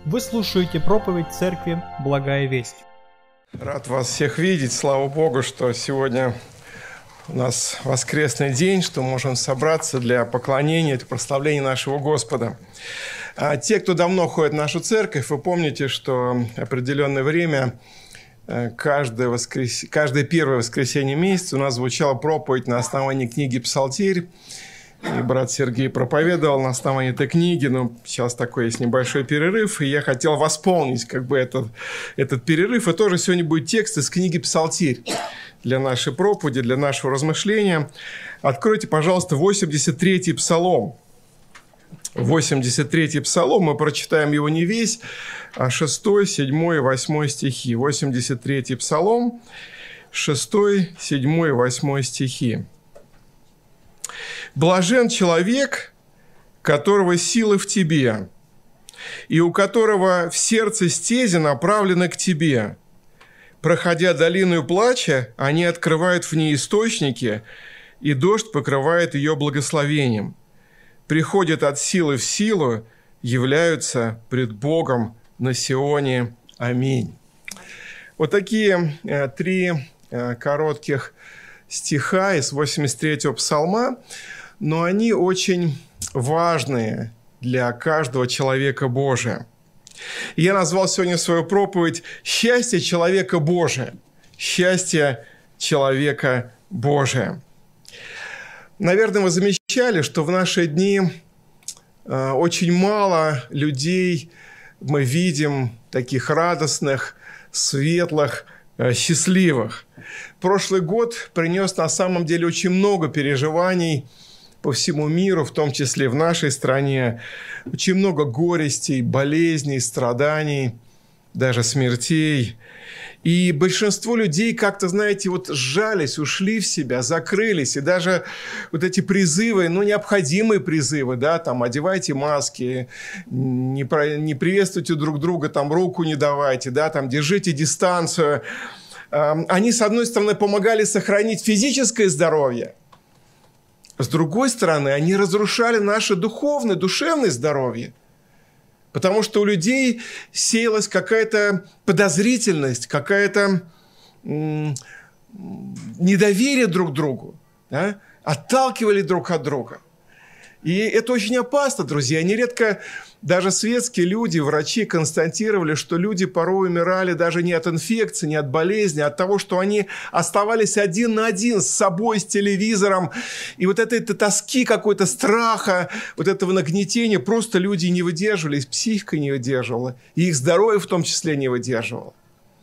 Вы слушаете проповедь Церкви «Благая весть». Рад вас всех видеть. Слава Богу, что сегодня у нас воскресный день, что можем собраться для поклонения, для прославления нашего Господа. А те, кто давно ходит в нашу церковь, вы помните, что определенное время, каждое первое воскресенье месяца у нас звучала проповедь на основании книги «Псалтирь». И брат Сергей проповедовал на основании этой книги, но сейчас такой есть небольшой перерыв, и я хотел восполнить этот перерыв. И тоже сегодня будет текст из книги «Псалтирь» для нашей проповеди, для нашего размышления. Откройте, пожалуйста, 83-й Псалом. 83-й Псалом, мы прочитаем его не весь, а 6, 7 и 8 стихи. 83-й Псалом, 6, 7 и 8 стихи. «Блажен человек, которого силы в тебе, и у которого в сердце стези направлены к тебе. Проходя долину плача, они открывают в ней источники, и дождь покрывает ее благословением. Приходят от силы в силу, являются пред Богом на Сионе. Аминь». Вот такие три коротких стиха из 83-го Псалма, но они очень важные для каждого человека Божия. И я назвал сегодня свою проповедь «Счастье человека Божия». Счастье человека Божия. Наверное, вы замечали, что в наши дни очень мало людей мы видим таких радостных, светлых, счастливых. Прошлый год принес на самом деле очень много переживаний по всему миру, в том числе в нашей стране. Очень много горестей, болезней, страданий, даже смертей. И большинство людей как-то, знаете, вот сжались, ушли в себя, закрылись. И даже вот эти призывы, необходимые призывы, да, там, одевайте маски, не приветствуйте друг друга, там, руку не давайте, да, там, держите дистанцию. Они, с одной стороны, помогали сохранить физическое здоровье, с другой стороны, они разрушали наше духовное, душевное здоровье. Потому что у людей сеялась какая-то подозрительность, какая-то недоверие друг к другу, да? Отталкивали друг от друга. И это очень опасно, друзья. Нередко даже светские люди, врачи констатировали, что люди порой умирали даже не от инфекции, не от болезни, а от того, что они оставались один на один с собой, с телевизором. И вот этой тоски, какой-то страха, вот этого нагнетения просто люди не выдерживали, их психика не выдерживала, и их здоровье в том числе не выдерживало.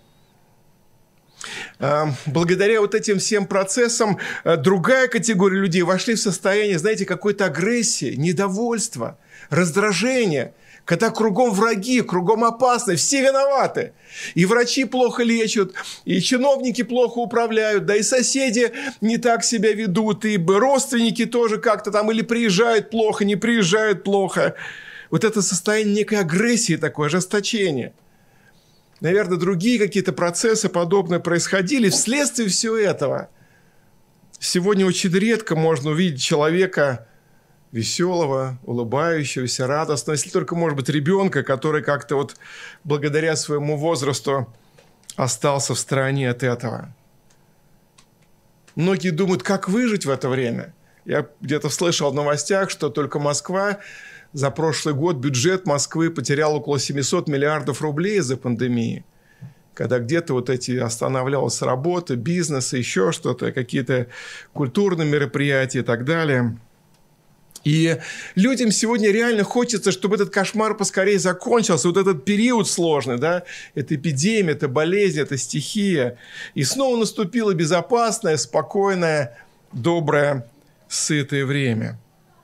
Благодаря вот этим всем процессам другая категория людей вошли в состояние, знаете, какой-то агрессии, недовольства, раздражения, когда кругом враги, кругом опасны, все виноваты. И врачи плохо лечат, и чиновники плохо управляют, да и соседи не так себя ведут, и родственники тоже как-то там или приезжают плохо, не приезжают плохо. Вот это состояние некой агрессии, такое ожесточение. Наверное, другие какие-то процессы подобные происходили вследствие всего этого. Сегодня очень редко можно увидеть человека веселого, улыбающегося, радостного, если только, может быть, ребенка, который как-то вот благодаря своему возрасту остался в стороне от этого. Многие думают, как выжить в это время. Я где-то слышал в новостях, что только Москва за прошлый год, бюджет Москвы потерял около 700 миллиардов рублей из-за пандемии. Когда где-то вот эти останавливалась работа, бизнес, еще что-то, какие-то культурные мероприятия и так далее. И людям сегодня реально хочется, чтобы этот кошмар поскорее закончился. Вот этот период сложный, да, это эпидемия, это болезнь, это стихия. И снова наступило безопасное, спокойное, доброе, сытое время.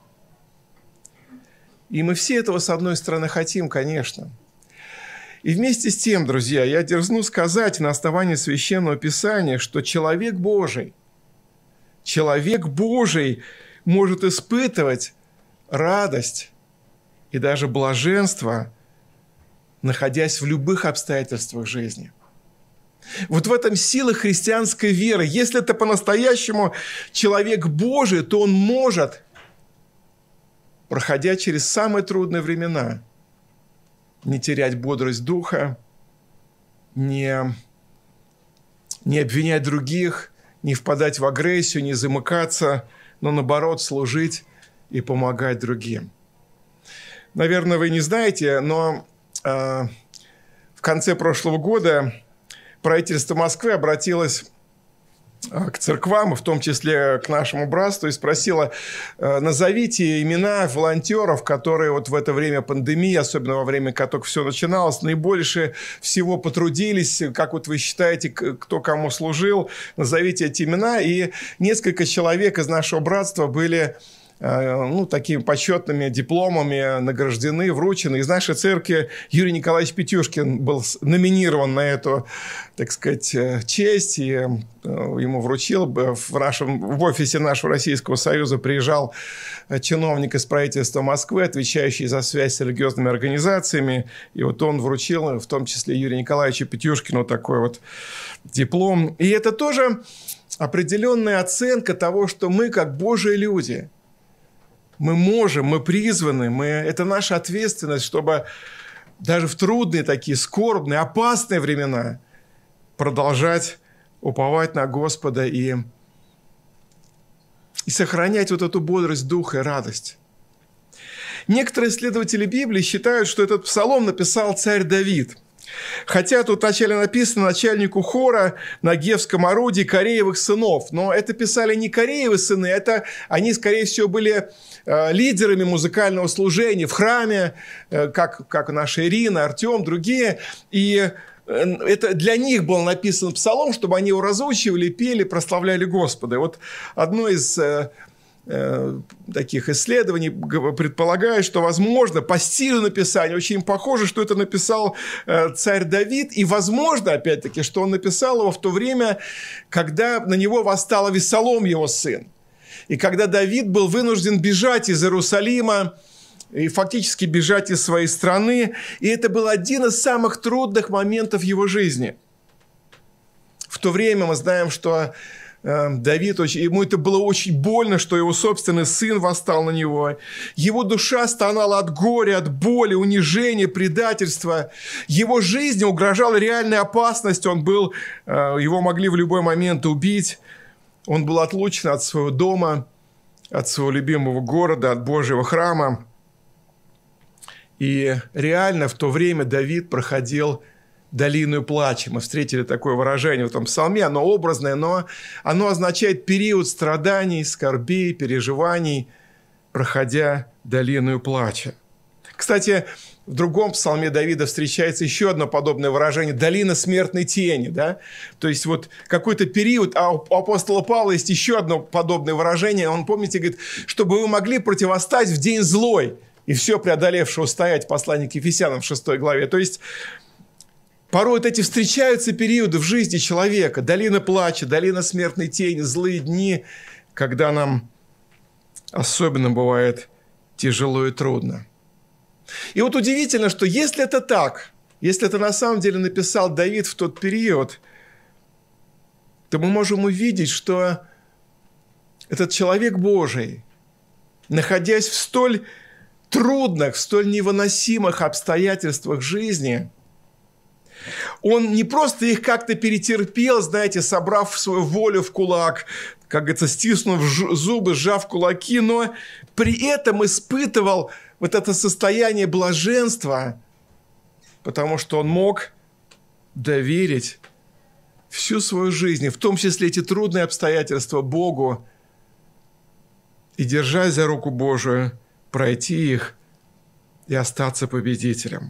И мы все этого, с одной стороны, хотим, конечно. И вместе с тем, друзья, я дерзну сказать на основании Священного Писания, что человек Божий может испытывать радость и даже блаженство, находясь в любых обстоятельствах жизни. Вот в этом сила христианской веры. Если это по-настоящему человек Божий, то он может, проходя через самые трудные времена, не терять бодрость духа, не обвинять других, не впадать в агрессию, не замыкаться, но наоборот служить и помогать другим. Наверное, вы не знаете, но в конце прошлого года правительство Москвы обратилось к церквам, в том числе к нашему братству, и спросила: назовите имена волонтеров, которые вот в это время пандемии, особенно во время, как только все начиналось, наибольше всего потрудились, как вот вы считаете, кто кому служил, назовите эти имена. И несколько человек из нашего братства были такими почетными дипломами награждены, вручены. Из нашей церкви Юрий Николаевич Петюшкин был номинирован на эту, так сказать, честь, и ему вручил. В офисе нашего Российского Союза приезжал чиновник из правительства Москвы, отвечающий за связь с религиозными организациями, и вот он вручил, в том числе Юрию Николаевичу Петюшкину, такой вот диплом. И это тоже определенная оценка того, что мы, как Божьи люди, мы можем, мы призваны, это наша ответственность, чтобы даже в трудные такие, скорбные, опасные времена продолжать уповать на Господа и сохранять вот эту бодрость духа и радость. Некоторые исследователи Библии считают, что этот псалом написал царь Давид. Хотя тут вначале написано начальнику хора на гевском орудии Кореевых сынов. Но это писали не Кореевы сыны, они, скорее всего, были лидерами музыкального служения в храме, как наша Ирина, Артем, другие. И это для них был написан псалом, чтобы они его разучивали, пели, прославляли Господа. И вот одно из таких исследований предполагает, что, возможно, по стилю написания очень похоже, что это написал царь Давид. И, возможно, опять-таки, что он написал его в то время, когда на него восстал Авессалом, его сын. И когда Давид был вынужден бежать из Иерусалима, и фактически бежать из своей страны. И это был один из самых трудных моментов его жизни. В то время мы знаем, что Давид, ему это было очень больно, что его собственный сын восстал на него. Его душа стонала от горя, от боли, унижения, предательства. Его жизни угрожала реальная опасность. Его могли в любой момент убить. Он был отлучен от своего дома, от своего любимого города, от Божьего храма. И реально в то время Давид проходил долину плача. Мы встретили такое выражение в этом псалме. Оно образное, но оно означает период страданий, скорбей, переживаний, проходя долину плача. Кстати, в другом псалме Давида встречается еще одно подобное выражение – долина смертной тени. Да? То есть, вот какой-то период, а у апостола Павла есть еще одно подобное выражение. Он, помните, говорит, чтобы вы могли противостать в день злой и все преодолевшего устоять, в послании к Ефесянам в 6 главе. То есть, порой вот эти встречаются периоды в жизни человека. Долина плача, долина смертной тени, злые дни, когда нам особенно бывает тяжело и трудно. И вот удивительно, что если это так, если это на самом деле написал Давид в тот период, то мы можем увидеть, что этот человек Божий, находясь в столь трудных, в столь невыносимых обстоятельствах жизни, он не просто их как-то перетерпел, знаете, собрав свою волю в кулак, как говорится, стиснув зубы, сжав кулаки, но при этом испытывал вот это состояние блаженства, потому что он мог доверить всю свою жизнь, в том числе эти трудные обстоятельства, Богу, и, держась за руку Божию, пройти их и остаться победителем.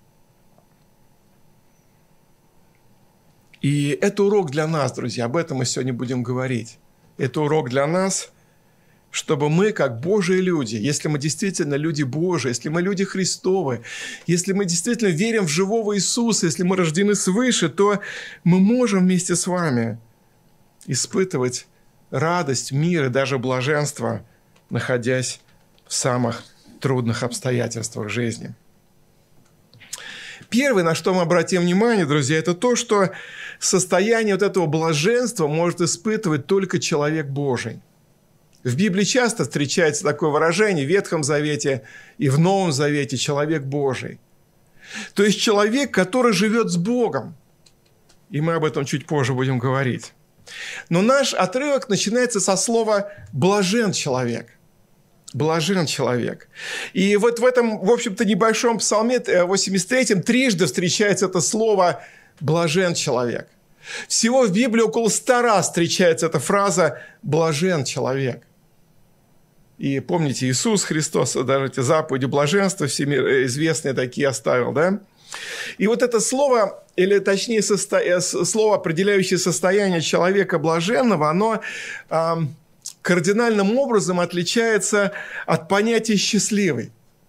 И это урок для нас, друзья, об этом мы сегодня будем говорить. Это урок для нас, чтобы мы, как Божьи люди, если мы действительно люди Божьи, если мы люди Христовы, если мы действительно верим в живого Иисуса, если мы рождены свыше, то мы можем вместе с вами испытывать радость, мир и даже блаженство, находясь в самых трудных обстоятельствах жизни. Первое, на что мы обратим внимание, друзья, это то, что состояние вот этого блаженства может испытывать только человек Божий. В Библии часто встречается такое выражение в Ветхом Завете и в Новом Завете «человек Божий». То есть человек, который живет с Богом. И мы об этом чуть позже будем говорить. Но наш отрывок начинается со слова «блажен человек». Блажен человек. И вот в этом, в общем-то, небольшом псалме 83-м трижды встречается это слово «блажен человек». Всего в Библии около 100 раз встречается эта фраза «блажен человек». И помните, Иисус Христос даже эти заповеди блаженства известные такие оставил, да? И вот это слово, или точнее слово, определяющее состояние человека блаженного, оно кардинальным образом отличается от понятия «счастливый».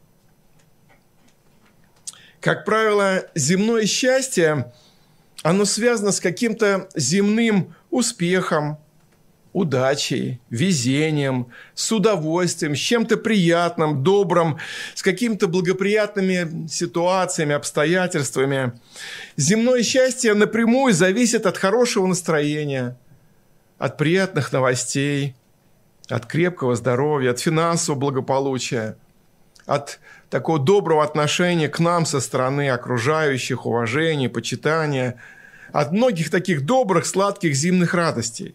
Как правило, земное счастье, оно связано с каким-то земным успехом, удачей, везением, с удовольствием, с чем-то приятным, добрым, с какими-то благоприятными ситуациями, обстоятельствами. Земное счастье напрямую зависит от хорошего настроения, от приятных новостей, от крепкого здоровья, от финансового благополучия, от такого доброго отношения к нам со стороны окружающих, уважения, почитания, от многих таких добрых, сладких земных радостей.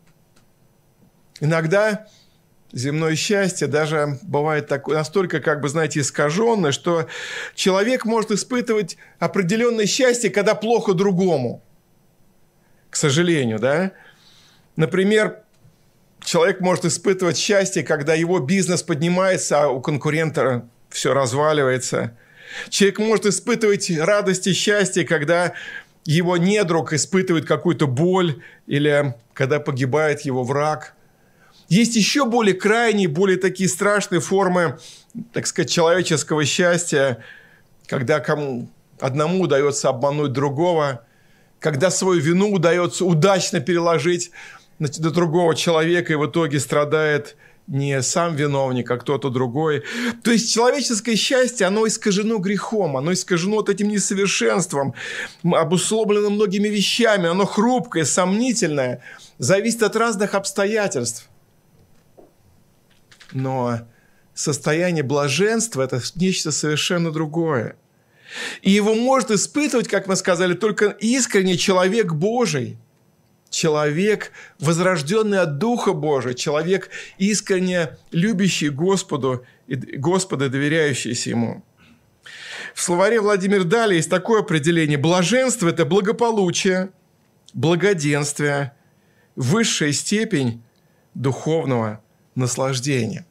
Иногда земное счастье даже бывает такое, настолько, искаженное, что человек может испытывать определенное счастье, когда плохо другому. К сожалению, да? Например, человек может испытывать счастье, когда его бизнес поднимается, а у конкурента все разваливается. Человек может испытывать радость и счастье, когда его недруг испытывает какую-то боль или когда погибает его враг. Есть еще более крайние, более такие страшные формы, так сказать, человеческого счастья, когда одному удается обмануть другого, когда свою вину удается удачно переложить на другого человека, и в итоге страдает не сам виновник, а кто-то другой. То есть человеческое счастье, оно искажено грехом, оно искажено вот этим несовершенством, обусловлено многими вещами, оно хрупкое, сомнительное, зависит от разных обстоятельств. Но состояние блаженства – это нечто совершенно другое. И его может испытывать, как мы сказали, только искренний человек Божий, человек, возрожденный от Духа Божия, человек, искренне любящий Господа, доверяющийся Ему. В словаре Владимир Дали есть такое определение. Блаженство – это благополучие, благоденствие, высшая степень духовного наслаждения.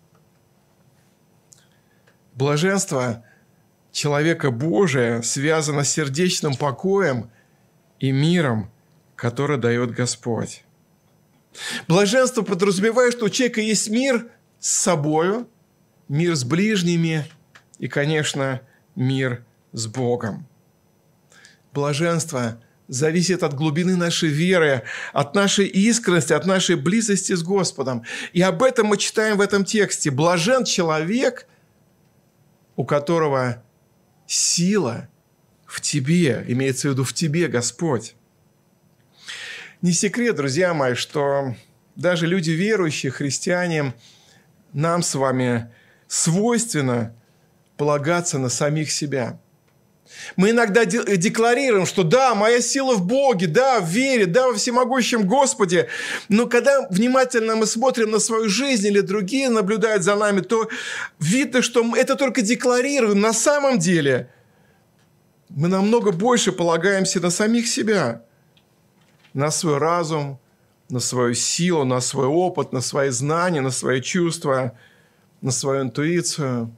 Блаженство человека Божия связано с сердечным покоем и миром, который дает Господь. Блаженство подразумевает, что у человека есть мир с собою, мир с ближними и, конечно, мир с Богом. Блаженство зависит от глубины нашей веры, от нашей искренности, от нашей близости с Господом. И об этом мы читаем в этом тексте. Блажен человек, у которого сила в тебе, имеется в виду в тебе, Господь. Не секрет, друзья мои, что даже люди верующие, христиане, нам с вами свойственно полагаться на самих себя. Мы иногда декларируем, что да, моя сила в Боге, да, в вере, да, во всемогущем Господе. Но когда внимательно мы смотрим на свою жизнь или другие наблюдают за нами, то видно, что мы это только декларируем. На самом деле мы намного больше полагаемся на самих себя, на свой разум, на свою силу, на свой опыт, на свои знания, на свои чувства, на свою интуицию.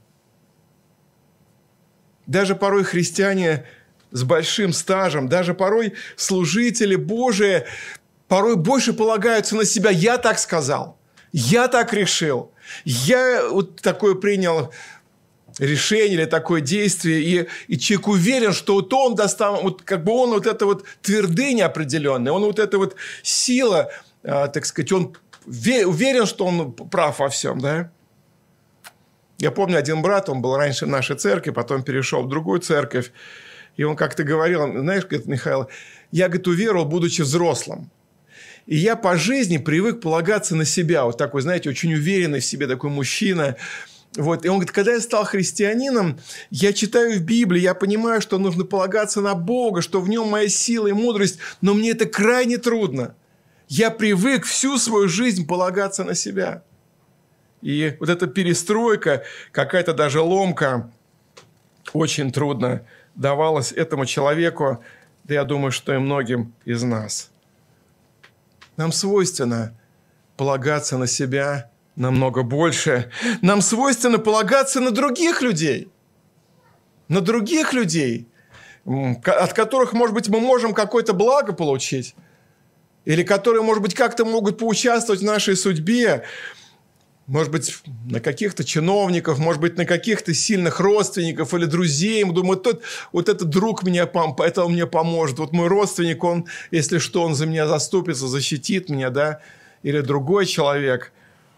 Даже порой христиане с большим стажем, даже порой служители Божии порой больше полагаются на себя. Я так сказал, я так решил, я вот такое принял решение или такое действие, и человек уверен, что вот он он вот эта вот твердыня определенная, он вот эта вот сила, так сказать, он уверен, что он прав во всем, да? Я помню, один брат, он был раньше в нашей церкви, потом перешел в другую церковь, и он как-то говорил, знаешь, говорит, Михаил, я, говорит, уверовал, будучи взрослым. И я по жизни привык полагаться на себя. Вот такой, знаете, очень уверенный в себе такой мужчина. Вот. И он говорит, когда я стал христианином, я читаю в Библии, я понимаю, что нужно полагаться на Бога, что в нем моя сила и мудрость, но мне это крайне трудно. Я привык всю свою жизнь полагаться на себя. И вот эта перестройка, какая-то даже ломка, очень трудно давалась этому человеку, да я думаю, что и многим из нас. Нам свойственно полагаться на себя намного больше. Нам свойственно полагаться на других людей. На других людей, от которых, может быть, мы можем какое-то благо получить. Или которые, может быть, как-то могут поучаствовать в нашей судьбе. Может быть, на каких-то чиновников, может быть, на каких-то сильных родственников или друзей. Мы думаем, вот этот друг это он мне поможет. Вот мой родственник, он, если что, он за меня заступится, защитит меня, да? Или другой человек.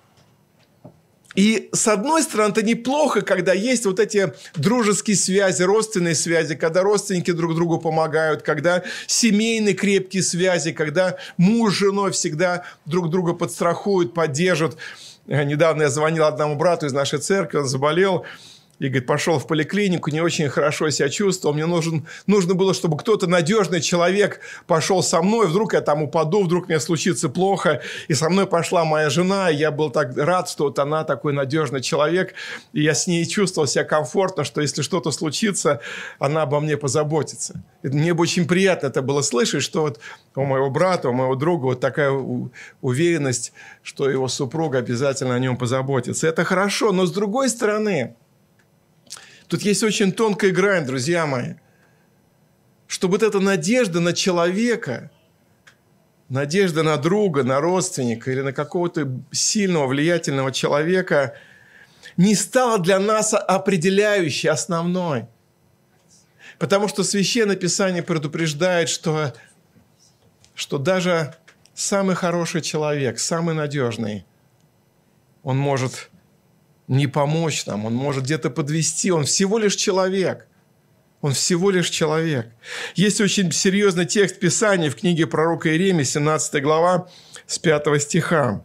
И, с одной стороны, это неплохо, когда есть вот эти дружеские связи, родственные связи, когда родственники друг другу помогают, когда семейные крепкие связи, когда муж с женой всегда друг друга подстрахуют, поддержат. Недавно я звонил одному брату из нашей церкви, он заболел, и, говорит, пошел в поликлинику, не очень хорошо себя чувствовал. Мне нужно было, чтобы кто-то, надежный человек, пошел со мной. Вдруг я там упаду, вдруг мне случится плохо. И со мной пошла моя жена, и я был так рад, что вот она такой надежный человек. И я с ней чувствовал себя комфортно, что если что-то случится, она обо мне позаботится. И мне бы очень приятно это было слышать, что вот у моего брата, у моего друга вот такая уверенность, что его супруга обязательно о нем позаботится. Это хорошо, но с другой стороны... Тут есть очень тонкая грань, друзья мои. Чтобы вот эта надежда на человека, надежда на друга, на родственника или на какого-то сильного, влиятельного человека не стала для нас определяющей, основной. Потому что Священное Писание предупреждает, что даже самый хороший человек, самый надежный, он может... не помочь нам, он может где-то подвести, он всего лишь человек. Он всего лишь человек. Есть очень серьезный текст Писания в книге пророка Иеремии, 17 глава, с 5 стиха.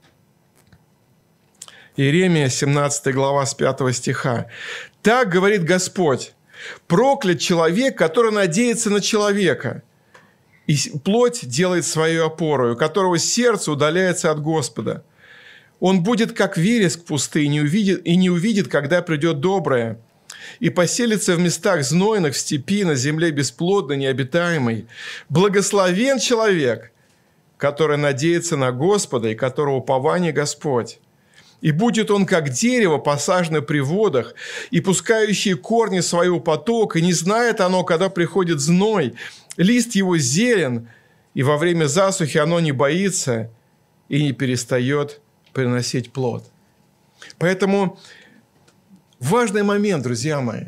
Иеремия, 17 глава, с 5 стиха. «Так говорит Господь, проклят человек, который надеется на человека, и плоть делает свою опору, у которого сердце удаляется от Господа. Он будет, как вереск в пустыне, и не увидит, когда придет доброе, и поселится в местах знойных, в степи, на земле бесплодной, необитаемой. Благословен человек, который надеется на Господа, и которого упование Господь. И будет он, как дерево, посаженное при водах, и пускающее корни свои у потока, и не знает оно, когда приходит зной. Лист его зелен, и во время засухи оно не боится и не перестает приносить плод». Поэтому важный момент, друзья мои,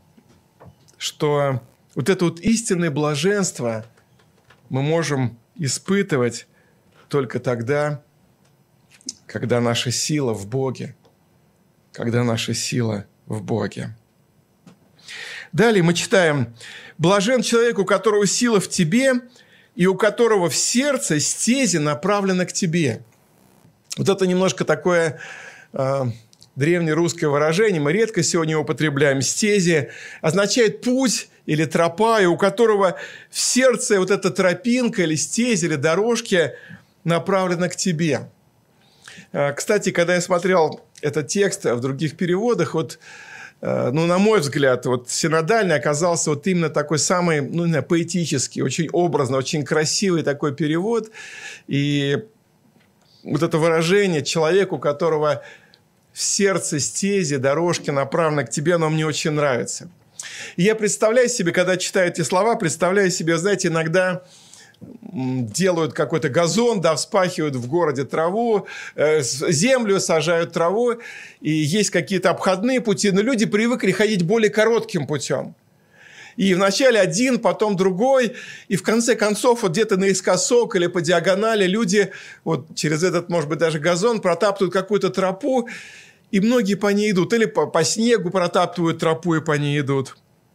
что вот это вот истинное блаженство мы можем испытывать только тогда, когда наша сила в Боге. Когда наша сила в Боге. Далее мы читаем: «Блажен человек, у которого сила в тебе, и у которого в сердце стези направлены к тебе». Вот это немножко такое древнерусское выражение, мы редко сегодня его употребляем. Стези означает путь или тропа, и у которого в сердце вот эта тропинка или стези, или дорожки направлена к тебе. Кстати, когда я смотрел этот текст в других переводах, вот, на мой взгляд, вот синодальный оказался вот именно такой самый, поэтический, очень образный, очень красивый такой перевод. И вот это выражение «человек, у которого в сердце стези, дорожки направлены к тебе», оно мне очень нравится. И я представляю себе, когда читаю эти слова, представляю себе, знаете, иногда делают какой-то газон, да, вспахивают в городе траву, землю сажают траву, и есть какие-то обходные пути, но люди привыкли ходить более коротким путем. И вначале один, потом другой, и в конце концов вот где-то наискосок или по диагонали люди вот через этот, может быть, даже газон протаптывают какую-то тропу, и многие по ней идут, или по снегу протаптывают тропу и по ней идут.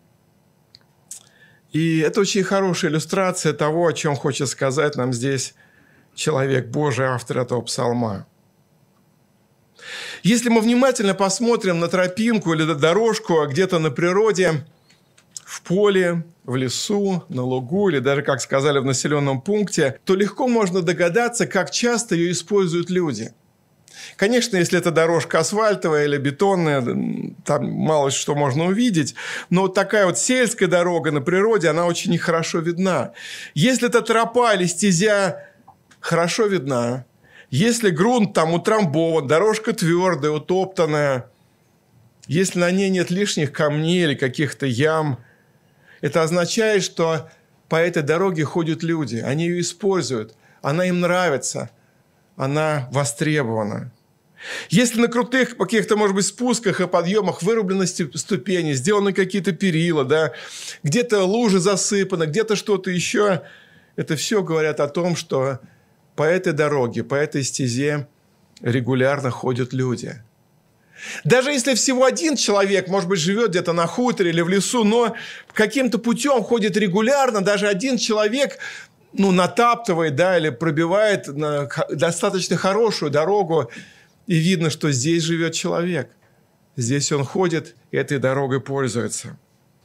И это очень хорошая иллюстрация того, о чем хочет сказать нам здесь человек Божий, автор этого псалма. Если мы внимательно посмотрим на тропинку или на дорожку где-то на природе, в поле, в лесу, на лугу или даже, как сказали, в населенном пункте, то легко можно догадаться, как часто ее используют люди. Конечно, если это дорожка асфальтовая или бетонная, там мало что можно увидеть, но вот такая вот сельская дорога на природе, она очень нехорошо видна. Если это тропа или стезя, хорошо видна. Если грунт там утрамбован, дорожка твердая, утоптанная, если на ней нет лишних камней или каких-то ям, это означает, что по этой дороге ходят люди, они ее используют, она им нравится, она востребована. Если на крутых каких-то, может быть, спусках и подъемах вырублены ступени, сделаны какие-то перила, да, где-то лужи засыпаны, где-то что-то еще, это все говорят о том, что по этой дороге, по этой стезе регулярно ходят люди. Даже если всего один человек, может быть, живет где-то на хуторе или в лесу, но каким-то путем ходит регулярно, даже один человек, натаптывает, да, или пробивает на достаточно хорошую дорогу, и видно, что здесь живет человек. Здесь он ходит и этой дорогой пользуется.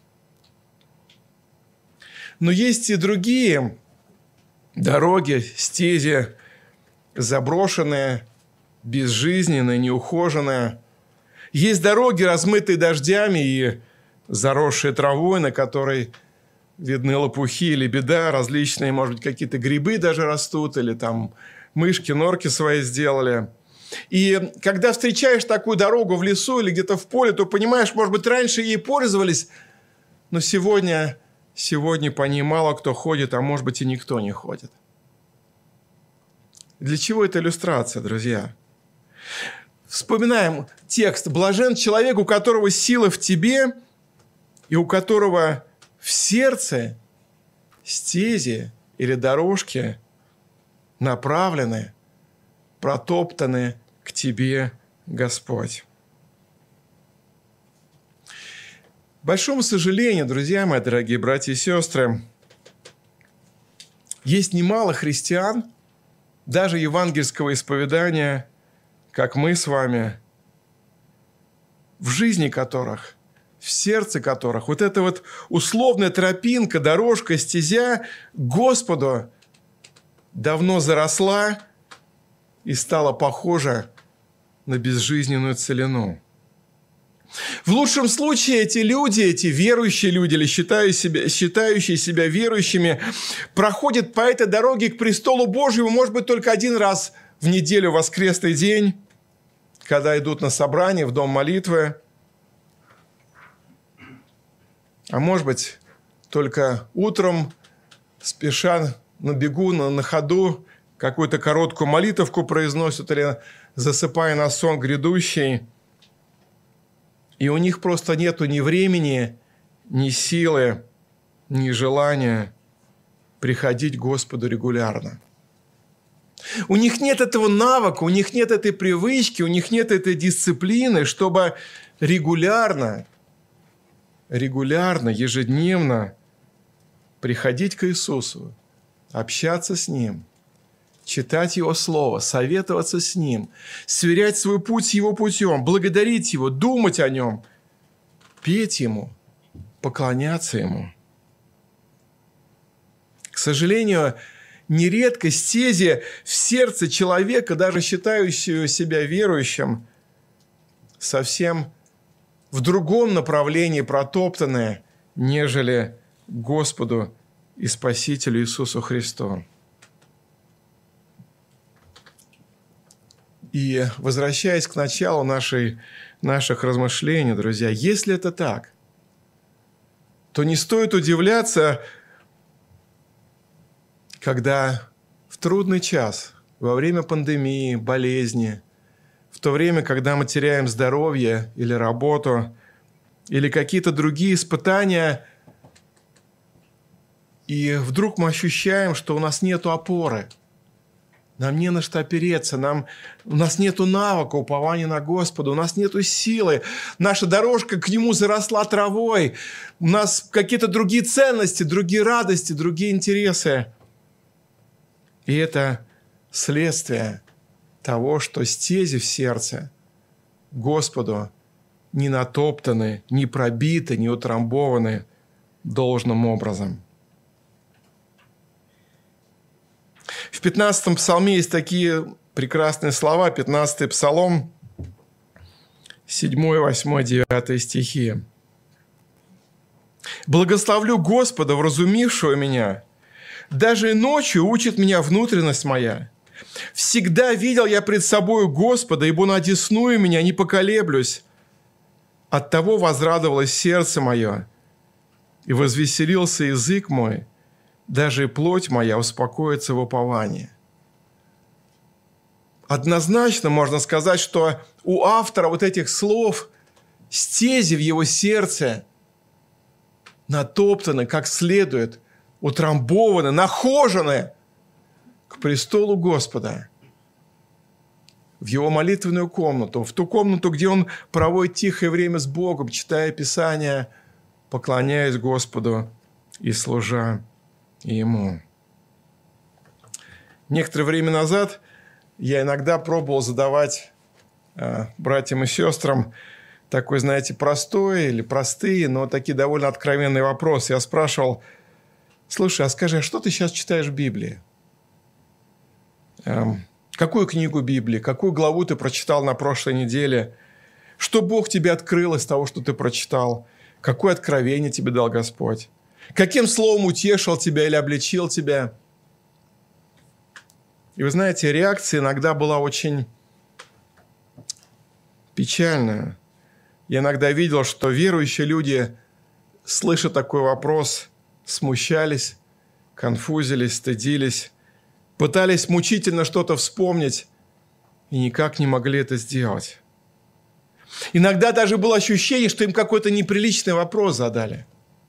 Но есть и другие дороги, стези, заброшенные, безжизненные, неухоженные. Есть дороги, размытые дождями и заросшие травой, на которой видны лопухи, лебеда, различные, может быть, какие-то грибы даже растут, или там мышки, норки свои сделали. И когда встречаешь такую дорогу в лесу или где-то в поле, то понимаешь, может быть, раньше ей пользовались, но сегодня по ней мало кто ходит, а может быть, и никто не ходит. Для чего эта иллюстрация, друзья? Вспоминаем текст. «Блажен человек, у которого сила в тебе, и у которого в сердце стези или дорожки направлены, протоптаны к тебе, Господь». К большому сожалению, друзья мои, дорогие братья и сестры, есть немало христиан, даже евангельского исповедания, как мы с вами, в жизни которых, в сердце которых вот эта вот условная тропинка, дорожка, стезя к Господу давно заросла и стала похожа на безжизненную целину. В лучшем случае эти люди, эти верующие люди или считающие себя верующими, проходят по этой дороге к престолу Божьему, может быть, только один раз в неделю, в воскресный день, когда идут на собрание, в дом молитвы. А может быть, только утром, спеша на бегу, на ходу, какую-то короткую молитовку произносят или засыпая на сон грядущий. И у них просто нету ни времени, ни силы, ни желания приходить к Господу регулярно. У них нет этого навыка, у них нет этой привычки, у них нет этой дисциплины, чтобы регулярно, ежедневно приходить к Иисусу, общаться с Ним, читать Его Слово, советоваться с Ним, сверять свой путь с Его путем, благодарить Его, думать о Нем, петь Ему, поклоняться Ему. К сожалению, нередко стези в сердце человека, даже считающего себя верующим, совсем в другом направлении протоптанные, нежели Господу и Спасителю Иисусу Христу. И возвращаясь к началу наших размышлений, друзья, если это так, то не стоит удивляться, когда в трудный час, во время пандемии, болезни, в то время, когда мы теряем здоровье или работу, или какие-то другие испытания, и вдруг мы ощущаем, что у нас нет опоры, нам не на что опереться, у нас нет навыка упования на Господа, у нас нет силы, наша дорожка к Нему заросла травой, у нас какие-то другие ценности, другие радости, другие интересы. И это следствие того, что стези в сердце Господу не натоптаны, не пробиты, не утрамбованы должным образом. В 15-м псалме есть такие прекрасные слова, 15-й псалом, 7, 8, 9 стихи. «Благословлю Господа, вразумившего меня. Даже и ночью учит меня внутренность моя. Всегда видел я пред собою Господа, ибо Он одесную меня, не поколеблюсь. Оттого возрадовалось сердце мое, и возвеселился язык мой, даже и плоть моя успокоится в уповании». Однозначно можно сказать, что у автора вот этих слов стези в его сердце натоптаны как следует, утрамбованы, нахожены к престолу Господа, в его молитвенную комнату, в ту комнату, где он проводит тихое время с Богом, читая Писание, поклоняясь Господу и служа Ему. Некоторое время назад я иногда пробовал задавать братьям и сестрам такой, знаете, простой или простые, но такие довольно откровенные вопросы. Я спрашивал: слушай, а скажи, а что ты сейчас читаешь в Библии? Какую книгу Библии? Какую главу ты прочитал на прошлой неделе? Что Бог тебе открыл из того, что ты прочитал? Какое откровение тебе дал Господь? Каким словом утешил тебя или обличил тебя? И вы знаете, реакция иногда была очень печальная. Я иногда видел, что верующие люди, слыша такой вопрос, смущались, конфузились, стыдились, пытались мучительно что-то вспомнить и никак не могли это сделать. Иногда даже было ощущение, что им какой-то неприличный вопрос задали.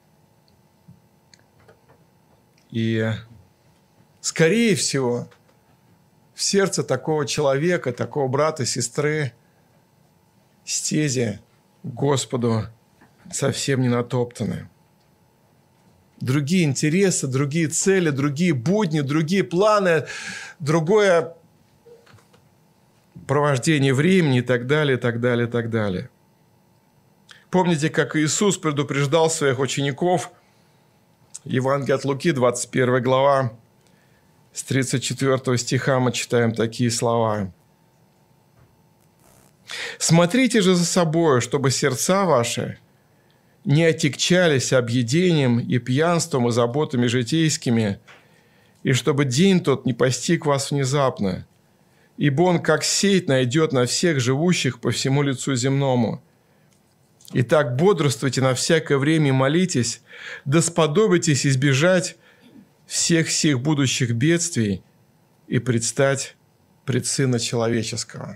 И, скорее всего, в сердце такого человека, такого брата, сестры, стези к Господу совсем не натоптаны. Другие интересы, другие цели, другие будни, другие планы, другое провождение времени и так далее, и так далее, и так далее. Помните, как Иисус предупреждал своих учеников? Евангелие от Луки, 21 глава, с 34 стиха мы читаем такие слова. «Смотрите же за собой, чтобы сердца ваши не отягчались объедением и пьянством и заботами житейскими, и чтобы день тот не постиг вас внезапно, ибо он, как сеть, найдет на всех живущих по всему лицу земному. Итак, бодрствуйте на всякое время и молитесь, да сподобитесь избежать всех сих будущих бедствий и предстать пред Сына Человеческого».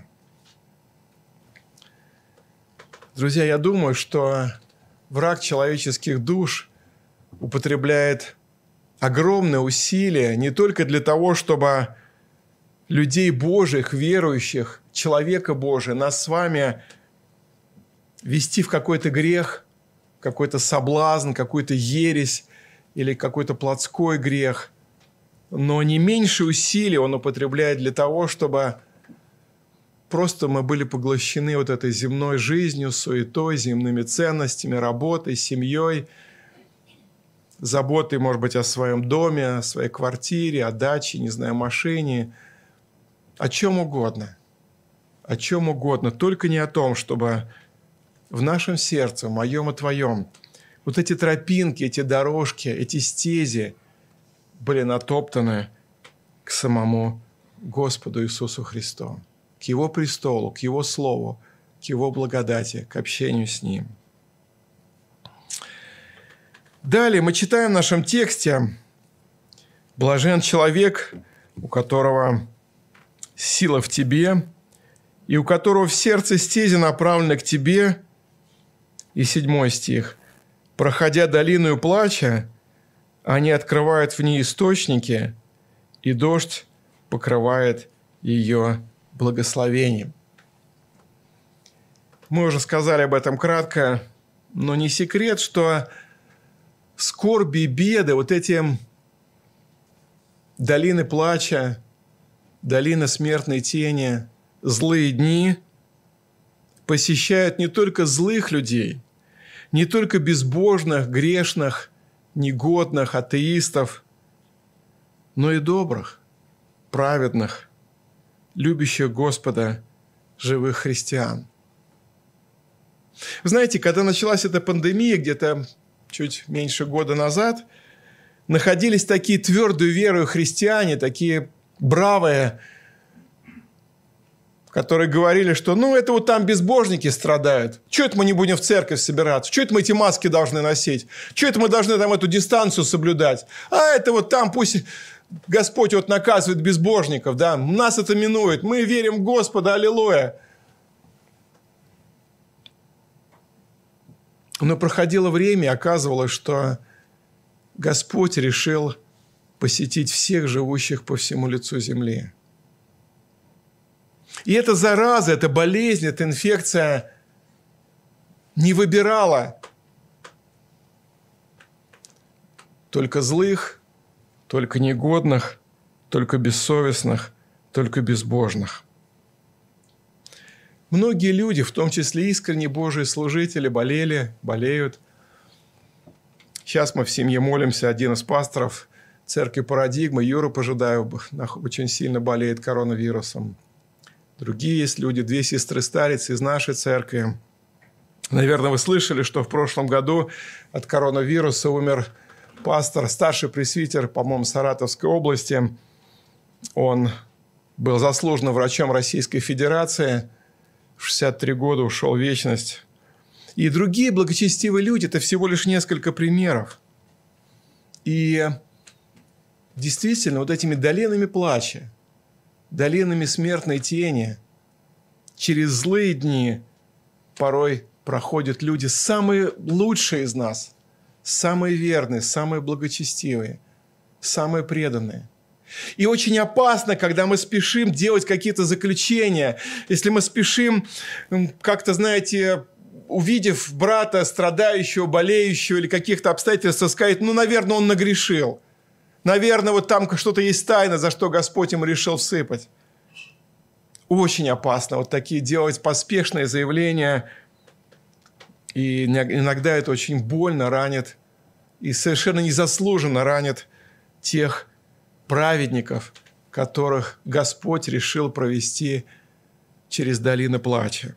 Друзья, я думаю, что враг человеческих душ употребляет огромные усилия не только для того, чтобы людей Божьих, верующих, человека Божия, нас с вами вести в какой-то грех, какой-то соблазн, какую-то ересь или какой-то плотской грех. Но не меньше усилий он употребляет для того, чтобы просто мы были поглощены вот этой земной жизнью, суетой, земными ценностями, работой, семьей, заботой, может быть, о своем доме, о своей квартире, о даче, не знаю, машине, о чем угодно. О чем угодно, только не о том, чтобы в нашем сердце, в моем и твоем, вот эти тропинки, эти дорожки, эти стези были натоптаны к самому Господу Иисусу Христу, к Его престолу, к Его Слову, к Его благодати, к общению с Ним. Далее мы читаем в нашем тексте: «Блажен человек, у которого сила в тебе, и у которого в сердце стези направлены к тебе». И 7 стих. «Проходя долиною плача, они открывают в ней источники, и дождь покрывает ее благословением». Мы уже сказали об этом кратко, но не секрет, что скорби и беды, вот эти долины плача, долины смертной тени, злые дни посещают не только злых людей, не только безбожных, грешных, негодных, атеистов, но и добрых, праведных, любящих Господа, живых христиан. Вы знаете, когда началась эта пандемия, где-то чуть меньше года назад, находились такие твердую верою христиане, такие бравые, которые говорили, что это вот там безбожники страдают. Чего это мы не будем в церковь собираться? Чего это мы эти маски должны носить? Чего это мы должны там эту дистанцию соблюдать? А это вот там пусть Господь вот наказывает безбожников, да? Нас это минует. Мы верим в Господа, аллилуйя. Но проходило время, и оказывалось, что Господь решил посетить всех живущих по всему лицу земли. И эта зараза, эта болезнь, эта инфекция не выбирала только злых, только негодных, только бессовестных, только безбожных. Многие люди, в том числе искренне Божьи служители, болеют. Сейчас мы в семье молимся. Один из пасторов церкви «Парадигма», Юра Пожидаев, очень сильно болеет коронавирусом. Другие есть люди, 2 сестры-старицы из нашей церкви. Наверное, вы слышали, что в прошлом году от коронавируса умер пастор, старший пресвитер, по-моему, Саратовской области. Он был заслуженным врачом Российской Федерации. В 63 года ушел в вечность. И другие благочестивые люди – это всего лишь несколько примеров. И действительно, вот этими долинами плача, долинами смертной тени, через злые дни порой проходят люди, самые лучшие из нас, самые верные, самые благочестивые, самые преданные. И очень опасно, когда мы спешим делать какие-то заключения, если мы спешим как-то, знаете, увидев брата, страдающего, болеющего или каких-то обстоятельств, сказать, наверное, он нагрешил. Наверное, вот там что-то есть тайна, за что Господь ему решил всыпать. Очень опасно вот такие делать поспешные заявления. И иногда это очень больно ранит и совершенно незаслуженно ранит тех праведников, которых Господь решил провести через долины плача.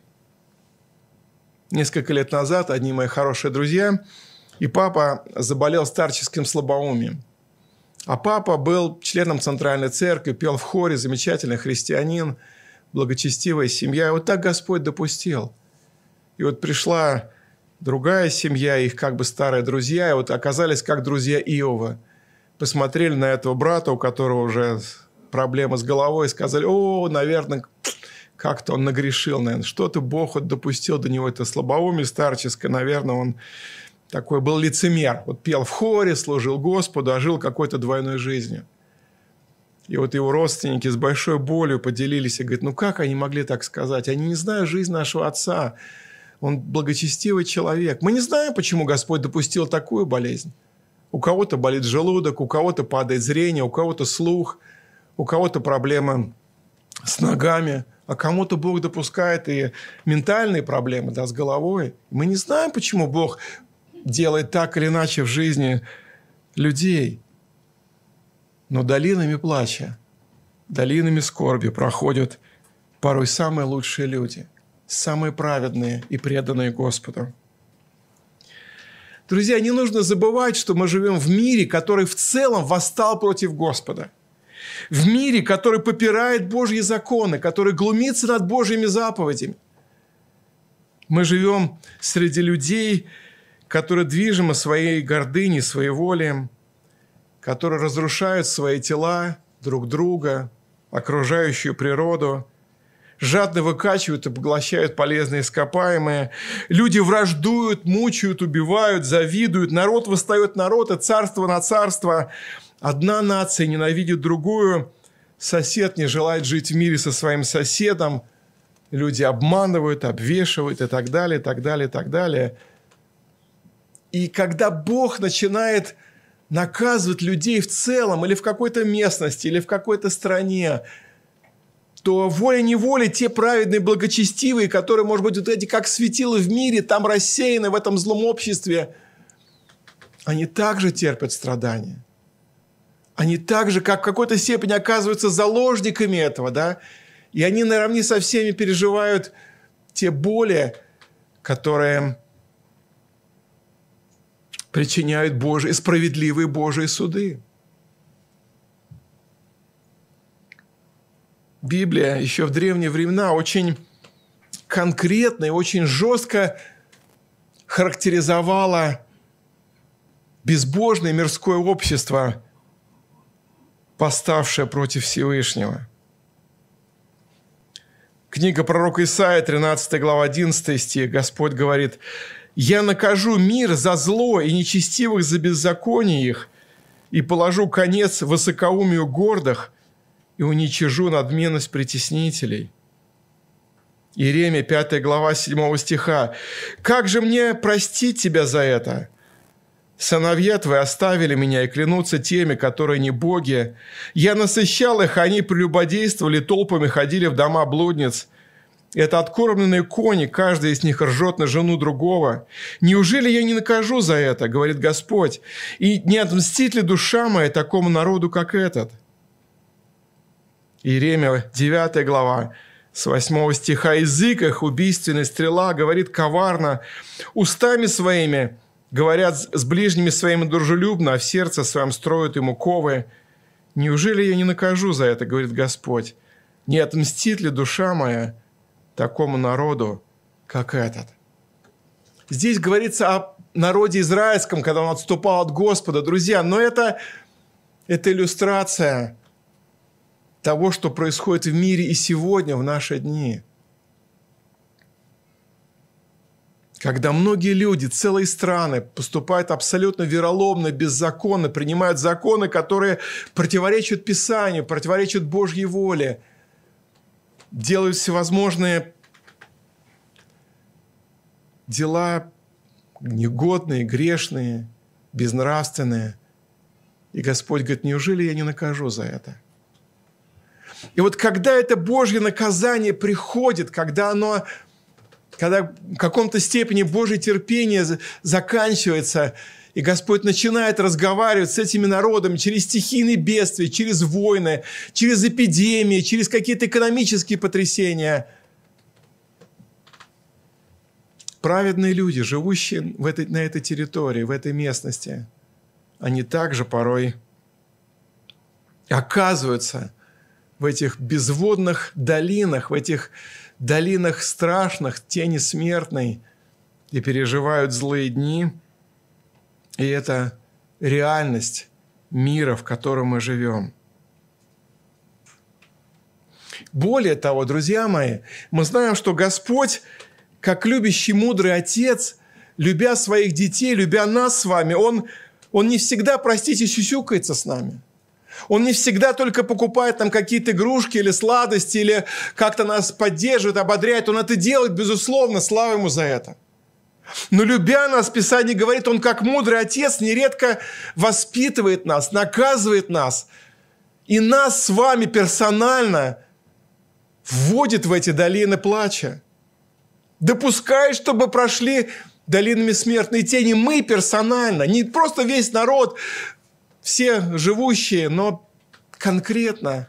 Несколько лет назад одни мои хорошие друзья и папа заболел старческим слабоумием. А папа был членом Центральной Церкви, пел в хоре, замечательный христианин, благочестивая семья. И вот так Господь допустил. И вот пришла другая семья, их как бы старые друзья, и вот оказались как друзья Иова. Посмотрели на этого брата, у которого уже проблемы с головой, и сказали, наверное, как-то он нагрешил, наверное, что-то Бог вот допустил до него это слабоумие старческое, наверное, он такой был лицемер. Вот пел в хоре, служил Господу, а жил какой-то двойной жизнью. И вот его родственники с большой болью поделились и говорят, как они могли так сказать? Они не знают жизнь нашего отца. Он благочестивый человек. Мы не знаем, почему Господь допустил такую болезнь. У кого-то болит желудок, у кого-то падает зрение, у кого-то слух, у кого-то проблемы с ногами, а кому-то Бог допускает и ментальные проблемы, с головой. Мы не знаем, почему Бог делает так или иначе в жизни людей. Но долинами плача, долинами скорби проходят порой самые лучшие люди, самые праведные и преданные Господу. Друзья, не нужно забывать, что мы живем в мире, который в целом восстал против Господа. В мире, который попирает Божьи законы, который глумится над Божьими заповедями. Мы живем среди людей, которые движимы своей гордыней, своеволием, которые разрушают свои тела, друг друга, окружающую природу, жадно выкачивают и поглощают полезные ископаемые. Люди враждуют, мучают, убивают, завидуют. Народ восстает народ, и царство на царство. Одна нация ненавидит другую. Сосед не желает жить в мире со своим соседом. Люди обманывают, обвешивают и так далее, и так далее, и так далее. И когда Бог начинает наказывать людей в целом, или в какой-то местности, или в какой-то стране, то волей-неволей те праведные, благочестивые, которые, может быть, вот эти как светила в мире, там рассеяны в этом злом обществе, они также терпят страдания. Они также, как в какой-то степени, оказываются заложниками этого, да? И они наравне со всеми переживают те боли, которые причиняют Божьи, справедливые Божьи суды. Библия еще в древние времена очень конкретно и очень жестко характеризовала безбожное мирское общество, восставшее против Всевышнего. Книга пророка Исаия, 13 глава, 11 стих. Господь говорит: «Я накажу мир за зло и нечестивых за беззаконие их, и положу конец высокоумию гордых, и уничижу надменность притеснителей». Иеремия, 5 глава, 7 стиха. «Как же мне простить тебя за это? Сыновья твои оставили меня и клянутся теми, которые не боги. Я насыщал их, они прелюбодействовали, толпами ходили в дома блудниц. Это откормленные кони, каждый из них ржет на жену другого. Неужели я не накажу за это, говорит Господь, и не отмстит ли душа моя такому народу, как этот?» Иеремия, 9 глава, с 8 стиха. «Язык их, убийственная стрела, говорит коварно, устами своими говорят с ближними своими дружелюбно, а в сердце своем строят ему ковы. Неужели я не накажу за это, говорит Господь? Не отмстит ли душа моя такому народу, как этот?» Здесь говорится о народе израильском, когда он отступал от Господа. Друзья, но это иллюстрация того, что происходит в мире и сегодня, в наши дни. Когда многие люди, целые страны поступают абсолютно вероломно, беззаконно, принимают законы, которые противоречат Писанию, противоречат Божьей воле, делают всевозможные дела негодные, грешные, безнравственные. И Господь говорит: неужели я не накажу за это? И вот когда это Божье наказание приходит, когда в каком-то степени Божье терпение заканчивается, и Господь начинает разговаривать с этими народами через стихийные бедствия, через войны, через эпидемии, через какие-то экономические потрясения. Праведные люди, живущие на этой территории, в этой местности, они также порой оказываются в этих безводных долинах, в этих долинах страшных, тени смертной, и переживают злые дни. И это реальность мира, в котором мы живем. Более того, друзья мои, мы знаем, что Господь, как любящий мудрый Отец, любя своих детей, любя нас с вами, Он не всегда, простите, сюсюкается с нами. Он не всегда только покупает нам какие-то игрушки или сладости, или как-то нас поддерживает, ободряет. Он это делает, безусловно, слава Ему за это. Но любя нас, Писание говорит, Он, как мудрый Отец, нередко воспитывает нас, наказывает нас. И нас с вами персонально вводит в эти долины плача. Допускает, чтобы прошли долинами смертной тени мы персонально, не просто весь народ, все живущие, но конкретно.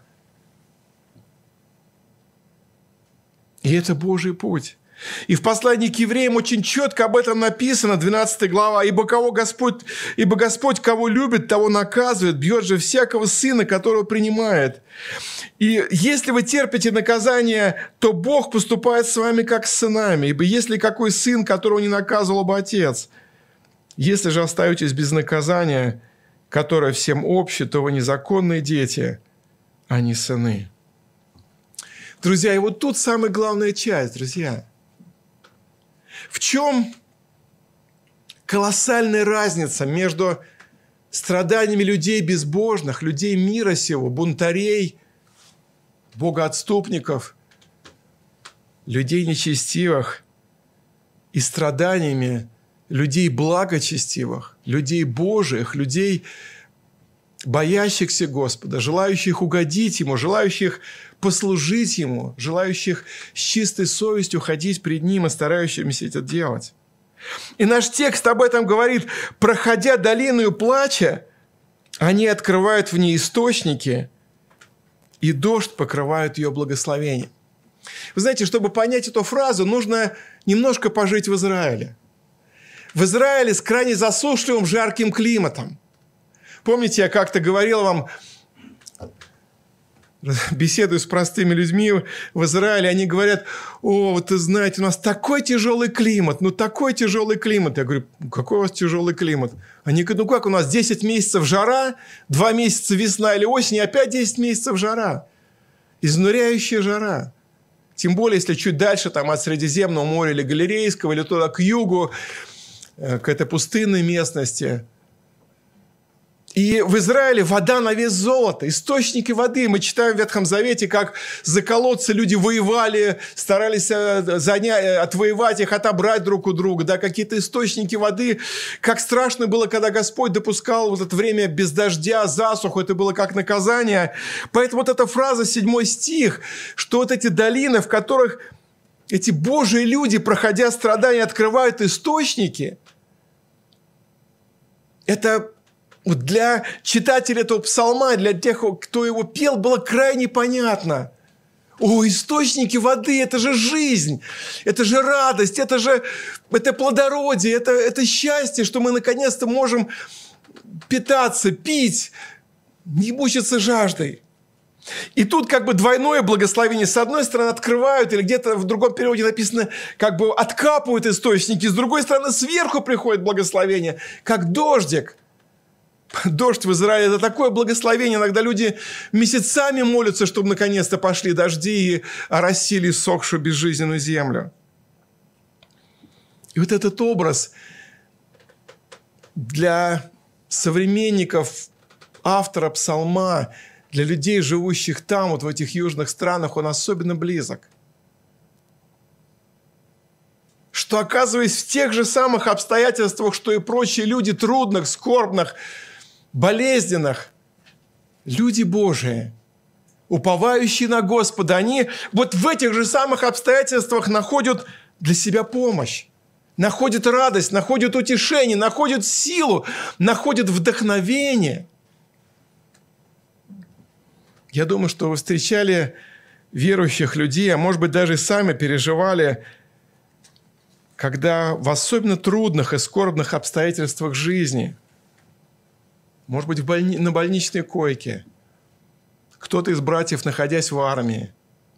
И это Божий путь. И в послании к евреям очень четко об этом написано, 12 глава. «Ибо Господь, кого любит, того наказывает, бьет же всякого сына, которого принимает. И если вы терпите наказание, то Бог поступает с вами, как с сынами. Ибо если какой сын, которого не наказывал бы отец, если же остаетесь без наказания, которое всем обще, то вы незаконные дети, а не сыны». Друзья, и вот тут самая главная часть, друзья. В чем колоссальная разница между страданиями людей безбожных, людей мира сего, бунтарей, богоотступников, людей нечестивых и страданиями людей благочестивых, людей Божиих, людей, боящихся Господа, желающих угодить Ему, желающих послужить Ему, желающих с чистой совестью ходить пред Ним и старающимися это делать. И наш текст об этом говорит: проходя долину плача, они открывают в ней источники, и дождь покрывает ее благословением. Вы знаете, чтобы понять эту фразу, нужно немножко пожить в Израиле. В Израиле с крайне засушливым, жарким климатом. Помните, я как-то говорил вам, беседую с простыми людьми в Израиле, они говорят: о, вот вы знаете, у нас такой тяжелый климат, такой тяжелый климат. Я говорю: какой у вас тяжелый климат? Они говорят: как у нас 10 месяцев жара, 2 месяца весна или осень, и опять 10 месяцев жара. Изнуряющая жара. Тем более, если чуть дальше там, от Средиземного моря или Галилейского, или туда к югу, к этой пустынной местности. И в Израиле вода на вес золота, источники воды. Мы читаем в Ветхом Завете, как за колодцы люди воевали, старались отвоевать их, отобрать друг у друга. Да, какие-то источники воды. Как страшно было, когда Господь допускал вот это время без дождя, засуху. Это было как наказание. Поэтому вот эта фраза, 7 стих, что вот эти долины, в которых эти Божьи люди, проходя страдания, открывают источники, это... для читателя этого псалма, для тех, кто его пел, было крайне понятно. О, источники воды, это же жизнь, это же радость, это плодородие, это счастье, что мы наконец-то можем питаться, пить, не мучиться жаждой. И тут как бы двойное благословение. С одной стороны открывают, или где-то в другом переводе написано, как бы откапывают источники, с другой стороны сверху приходит благословение, как дождик. Дождь в Израиле – это такое благословение. Иногда люди месяцами молятся, чтобы наконец-то пошли дожди и оросили сохшую безжизненную землю. И вот этот образ для современников автора псалма, для людей, живущих там, вот в этих южных странах, он особенно близок. Что, оказываясь в тех же самых обстоятельствах, что и прочие люди, трудных, скорбных, болезненных, люди Божии, уповающие на Господа, они вот в этих же самых обстоятельствах находят для себя помощь, находят радость, находят утешение, находят силу, находят вдохновение. Я думаю, что вы встречали верующих людей, а может быть даже сами переживали, когда в особенно трудных и скорбных обстоятельствах жизни, может быть, на больничной койке, кто-то из братьев, находясь в армии,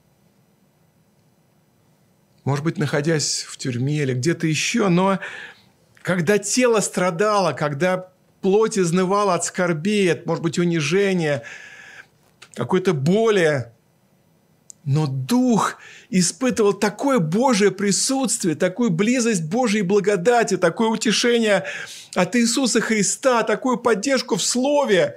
может быть, находясь в тюрьме или где-то еще, но когда тело страдало, когда плоть изнывала от скорби, от, может быть, унижения, какой-то боли, но дух испытывал такое Божие присутствие, такую близость Божьей благодати, такое утешение от Иисуса Христа, такую поддержку в Слове,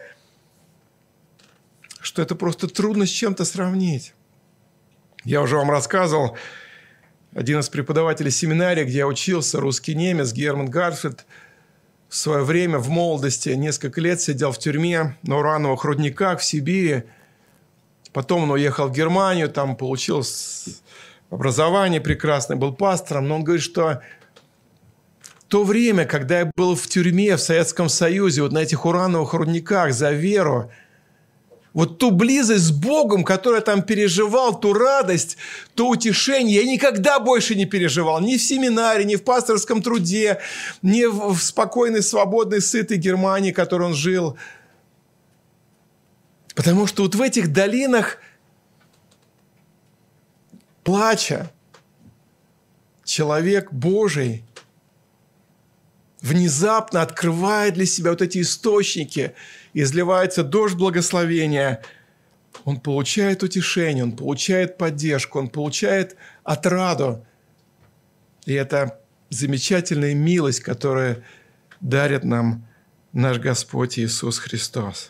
что это просто трудно с чем-то сравнить. Я уже вам рассказывал, один из преподавателей семинарии, где я учился, русский немец Герман Гарфельд, в свое время, в молодости, несколько лет сидел в тюрьме на урановых рудниках в Сибири. Потом он уехал в Германию, там получил образование прекрасное, был пастором. Но он говорит, что в то время, когда я был в тюрьме в Советском Союзе, вот на этих урановых рудниках за веру, вот ту близость с Богом, которую я там переживал, ту радость, то утешение, я никогда больше не переживал. Ни в семинаре, ни в пасторском труде, ни в спокойной, свободной, сытой Германии, в которой он жил. Потому что вот в этих долинах плача человек Божий внезапно открывает для себя вот эти источники, изливается дождь благословения, он получает утешение, он получает поддержку, он получает отраду. И это замечательная милость, которую дарит нам наш Господь Иисус Христос.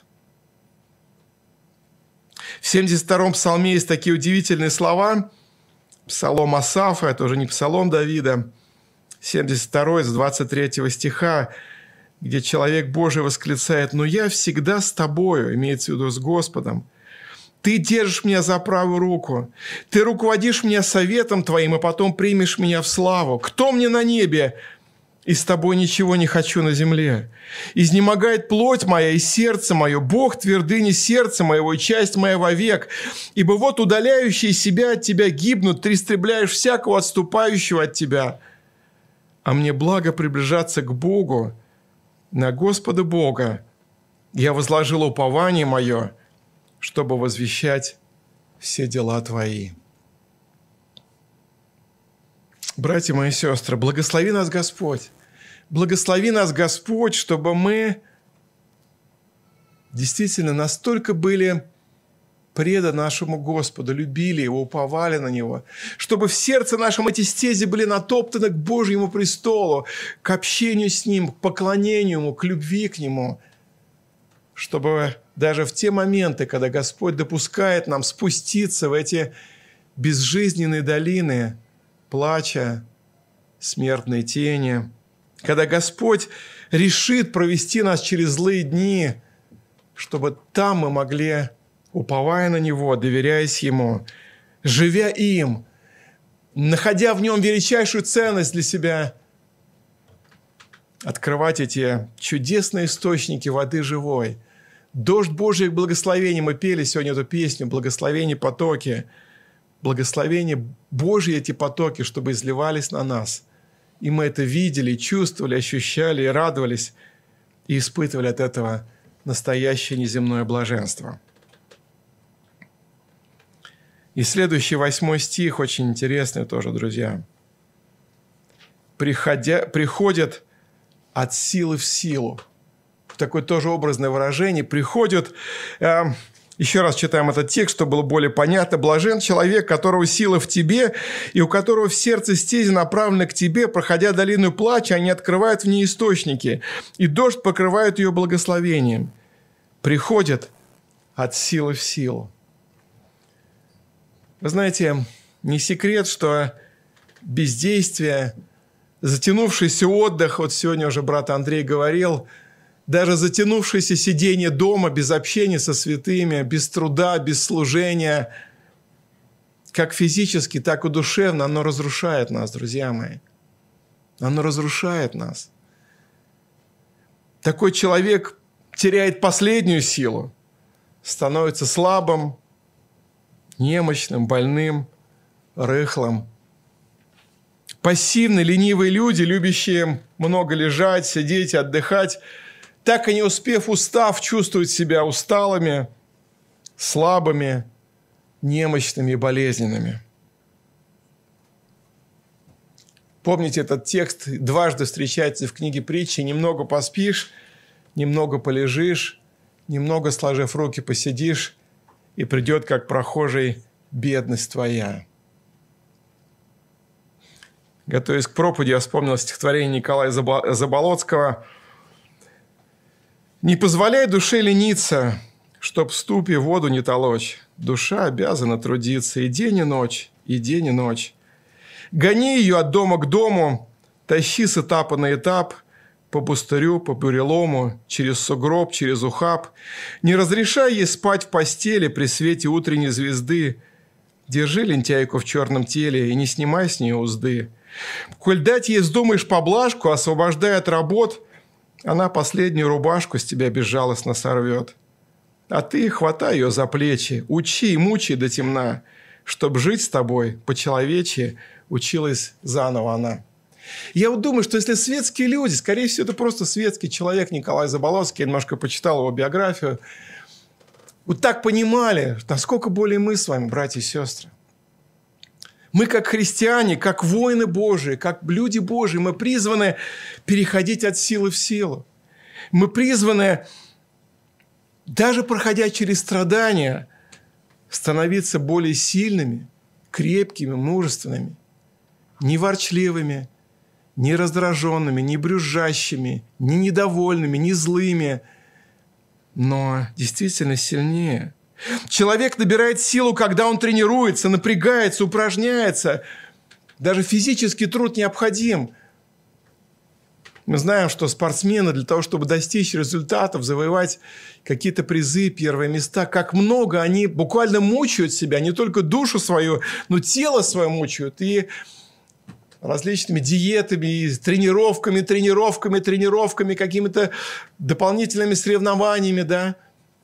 В 72-м псалме есть такие удивительные слова. Псалом Асафа, это уже не псалом Давида. 72-й, с 23 стиха. где человек Божий восклицает: «Но я всегда с тобою», имеется в виду с Господом. «Ты держишь меня за правую руку, ты руководишь меня советом твоим, и потом примешь меня в славу. Кто мне на небе? И с тобой ничего не хочу на земле. Изнемогает плоть моя и сердце мое, Бог твердыни сердца моего и часть моя вовек. Ибо вот удаляющие себя от тебя гибнут, ты истребляешь всякого отступающего от тебя. А мне благо приближаться к Богу, на Господа Бога. Я возложил упование мое, чтобы возвещать все дела твои». Братья мои и сестры, благослови нас Господь. Благослови нас Господь, чтобы мы действительно настолько были преданы нашему Господу, любили Его, уповали на Него, чтобы в сердце нашем эти стези были натоптаны к Божьему престолу, к общению с Ним, к поклонению Ему, к любви к Нему, чтобы даже в те моменты, когда Господь допускает нам спуститься в эти безжизненные долины плача, смертной тени, когда Господь решит провести нас через злые дни, чтобы там мы могли, уповая на Него, доверяясь Ему, живя им, находя в Нем величайшую ценность для себя, открывать эти чудесные источники воды живой. Дождь Божьих благословений. Мы пели сегодня эту песню «Благословение потоки». Благословение Божьи эти потоки, чтобы изливались на нас. И мы это видели, чувствовали, ощущали и радовались, и испытывали от этого настоящее неземное блаженство. И следующий 8 стих очень интересный тоже, друзья. «Приходят от силы в силу». Такое тоже образное выражение. Приходят... Еще раз читаем этот текст, чтобы было более понятно. «Блажен человек, которого сила в тебе, и у которого в сердце стези направлены к тебе, проходя долину плача, они открывают в ней источники, и дождь покрывает ее благословением». Приходят от силы в силу. Вы знаете, не секрет, что бездействие, затянувшийся отдых, вот сегодня уже брат Андрей говорил, даже затянувшееся сидение дома без общения со святыми, без труда, без служения, как физически, так и душевно, оно разрушает нас, друзья мои. Оно разрушает нас. Такой человек теряет последнюю силу, становится слабым, немощным, больным, рыхлым. Пассивные, ленивые люди, любящие много лежать, сидеть, отдыхать, так и не успев, устав, чувствуют себя усталыми, слабыми, немощными и болезненными. Помните этот текст? Дважды встречается в книге притчи. «Немного поспишь, немного полежишь, немного, сложив руки, посидишь, и придет, как прохожий, бедность твоя». Готовясь к проповеди, я вспомнил стихотворение Николая Заболоцкого. «Не позволяй душе лениться, чтоб в ступе воду не толочь. Душа обязана трудиться и день, и ночь, и день, и ночь. Гони ее от дома к дому, тащи с этапа на этап, по пустырю, по бурелому, через сугроб, через ухаб. Не разрешай ей спать в постели при свете утренней звезды. Держи лентяйку в черном теле и не снимай с нее узды. Коль дать ей вздумаешь поблажку, освобождая от работ, она последнюю рубашку с тебя безжалостно сорвет. А ты хватай ее за плечи, учи и мучай до темна, чтоб жить с тобой по-человечьи училась заново она». Я вот думаю, что если светские люди, скорее всего, это просто светский человек Николай Заболоцкий, я немножко почитал его биографию, вот так понимали, насколько более мы с вами, братья и сестры. Мы, как христиане, как воины Божии, как люди Божии, мы призваны переходить от силы в силу. Мы призваны, даже проходя через страдания, становиться более сильными, крепкими, мужественными, не ворчливыми, не раздраженными, не брюзжащими, не недовольными, не злыми, но действительно сильнее. Человек набирает силу, когда он тренируется, напрягается, упражняется. Даже физический труд необходим. Мы знаем, что спортсмены для того, чтобы достичь результатов, завоевать какие-то призы, первые места, как много они буквально мучают себя, не только душу свою, но тело свое мучают. И различными диетами, и тренировками, какими-то дополнительными соревнованиями, да.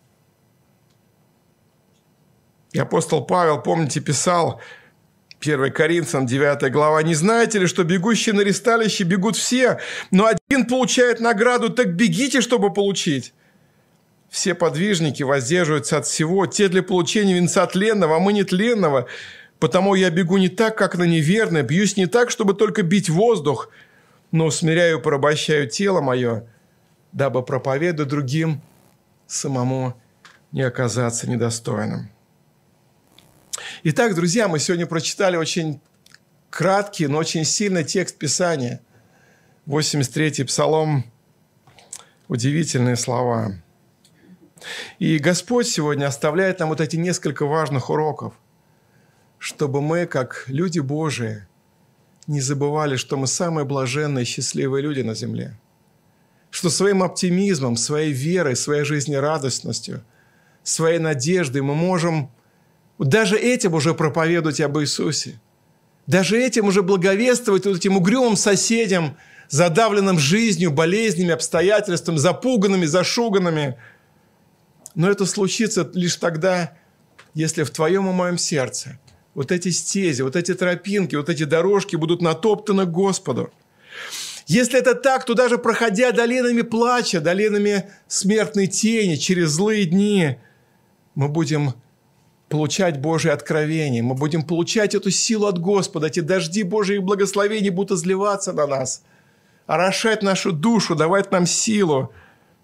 И апостол Павел, помните, писал 1 Коринфянам 9 глава: «Не знаете ли, что бегущие на ристалище бегут все, но один получает награду, так бегите, чтобы получить. Все подвижники воздерживаются от всего, те для получения венца тленного, а мы нетленного. Потому я бегу не так, как на неверное, бьюсь не так, чтобы только бить воздух, но усмиряю и порабощаю тело мое, дабы, проповедуя другим, самому не оказаться недостойным». Итак, друзья, мы сегодня прочитали очень краткий, но очень сильный текст Писания. 83-й Псалом. Удивительные слова. И Господь сегодня оставляет нам вот эти несколько важных уроков, чтобы мы, как люди Божии, не забывали, что мы самые блаженные и счастливые люди на земле. Что своим оптимизмом, своей верой, своей жизнерадостностью, своей надеждой мы можем даже этим уже проповедовать об Иисусе. Даже этим уже благовествовать вот этим угрюмым соседям, задавленным жизнью, болезнями, обстоятельствами, запуганными, зашуганными. Но это случится лишь тогда, если в твоем и моем сердце вот эти стези, вот эти тропинки, вот эти дорожки будут натоптаны к Господу. Если это так, то даже проходя долинами плача, долинами смертной тени, через злые дни, мы будем получать Божие откровение, мы будем получать эту силу от Господа, эти дожди Божьих благословений будут изливаться на нас, орошать нашу душу, давать нам силу.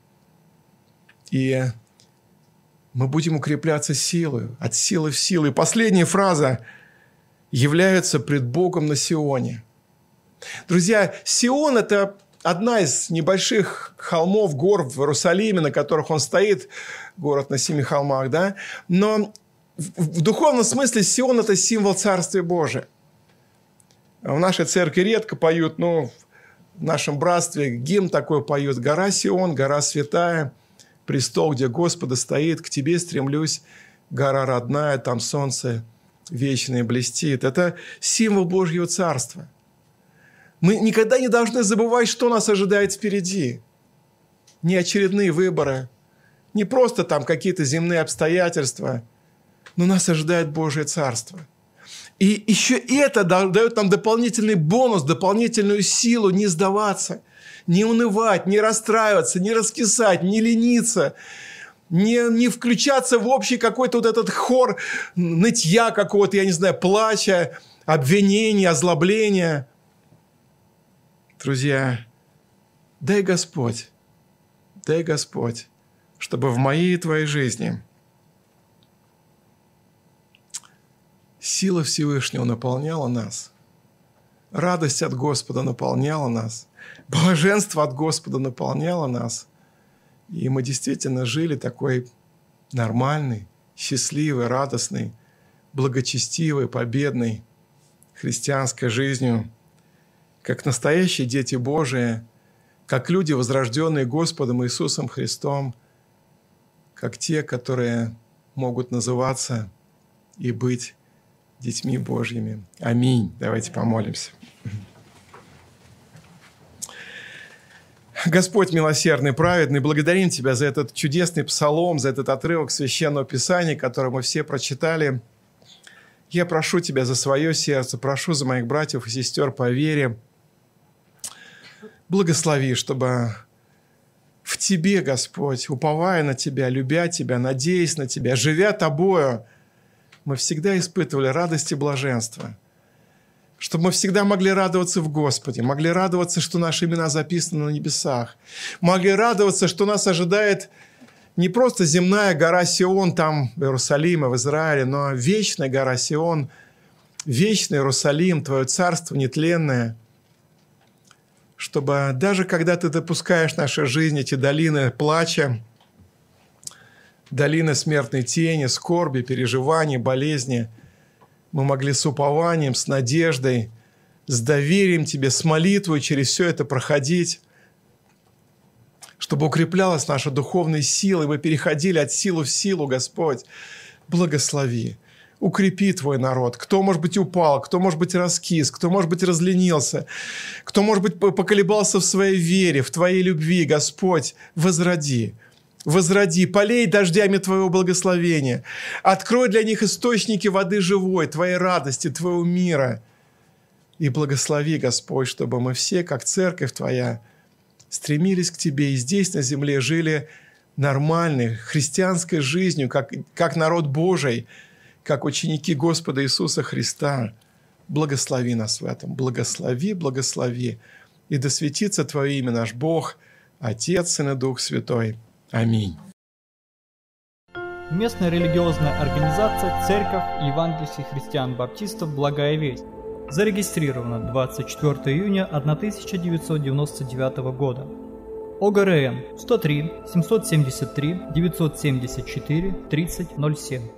И мы будем укрепляться силой, от силы в силу. И последняя фраза: «являются пред Богом на Сионе». Друзья, Сион – это одна из небольших холмов, гор в Иерусалиме, на которых он стоит, город на 7 холмах, да? Но в духовном смысле Сион – это символ Царствия Божия. В нашей церкви редко поют, но в нашем братстве гимн такой поют: «Гора Сион, гора святая, престол, где Господа стоит, к тебе стремлюсь, гора родная, там солнце вечное блестит». Это символ Божьего Царства. Мы никогда не должны забывать, что нас ожидает впереди. Не очередные выборы, не просто там какие-то земные обстоятельства, но нас ожидает Божье Царство. И еще это дает нам дополнительный бонус, дополнительную силу не сдаваться, не унывать, не расстраиваться, не раскисать, не лениться, не включаться в общий какой-то вот этот хор нытья какого-то, я не знаю, плача, обвинения, озлобления. Друзья, дай Господь, чтобы в моей и твоей жизни сила Всевышнего наполняла нас, радость от Господа наполняла нас, блаженство от Господа наполняло нас, и мы действительно жили такой нормальной, счастливой, радостной, благочестивой, победной христианской жизнью, как настоящие дети Божии, как люди, возрожденные Господом Иисусом Христом, как те, которые могут называться и быть детьми Божьими. Аминь. Давайте помолимся. Господь милосердный, праведный, благодарим Тебя за этот чудесный псалом, за этот отрывок Священного Писания, который мы все прочитали. Я прошу Тебя за свое сердце, прошу за моих братьев и сестер по вере. Благослови, чтобы в Тебе, Господь, уповая на Тебя, любя Тебя, надеясь на Тебя, живя Тобою, мы всегда испытывали радость и блаженство. Чтобы мы всегда могли радоваться в Господе, могли радоваться, что наши имена записаны на небесах, могли радоваться, что нас ожидает не просто земная гора Сион там в Иерусалиме, в Израиле, но вечная гора Сион, вечный Иерусалим, Твое царство нетленное. Чтобы даже когда Ты допускаешь в нашей жизни эти долины плача, долины смертной тени, скорби, переживаний, болезни, мы могли с упованием, с надеждой, с доверием Тебе, с молитвой через все это проходить, чтобы укреплялась наша духовная сила, и мы переходили от силы в силу, Господь. Благослови. Укрепи Твой народ. Кто, может быть, упал, кто, может быть, раскис, кто, может быть, разленился, кто, может быть, поколебался в своей вере, в Твоей любви, Господь, возроди. Возроди, полей дождями Твоего благословения. Открой для них источники воды живой, Твоей радости, Твоего мира. И благослови, Господь, чтобы мы все, как церковь Твоя, стремились к Тебе и здесь, на земле, жили нормальной христианской жизнью, как народ Божий, как ученики Господа Иисуса Христа. Благослови нас в этом. Благослови, благослови. И да светится Твое имя, наш Бог, Отец, Сын и Дух Святой. Аминь. Местная религиозная организация «Церковь евангельских христиан-баптистов. Благая весть» зарегистрирована 24 июня 1999 года. ОГРН 103 773 974 3007.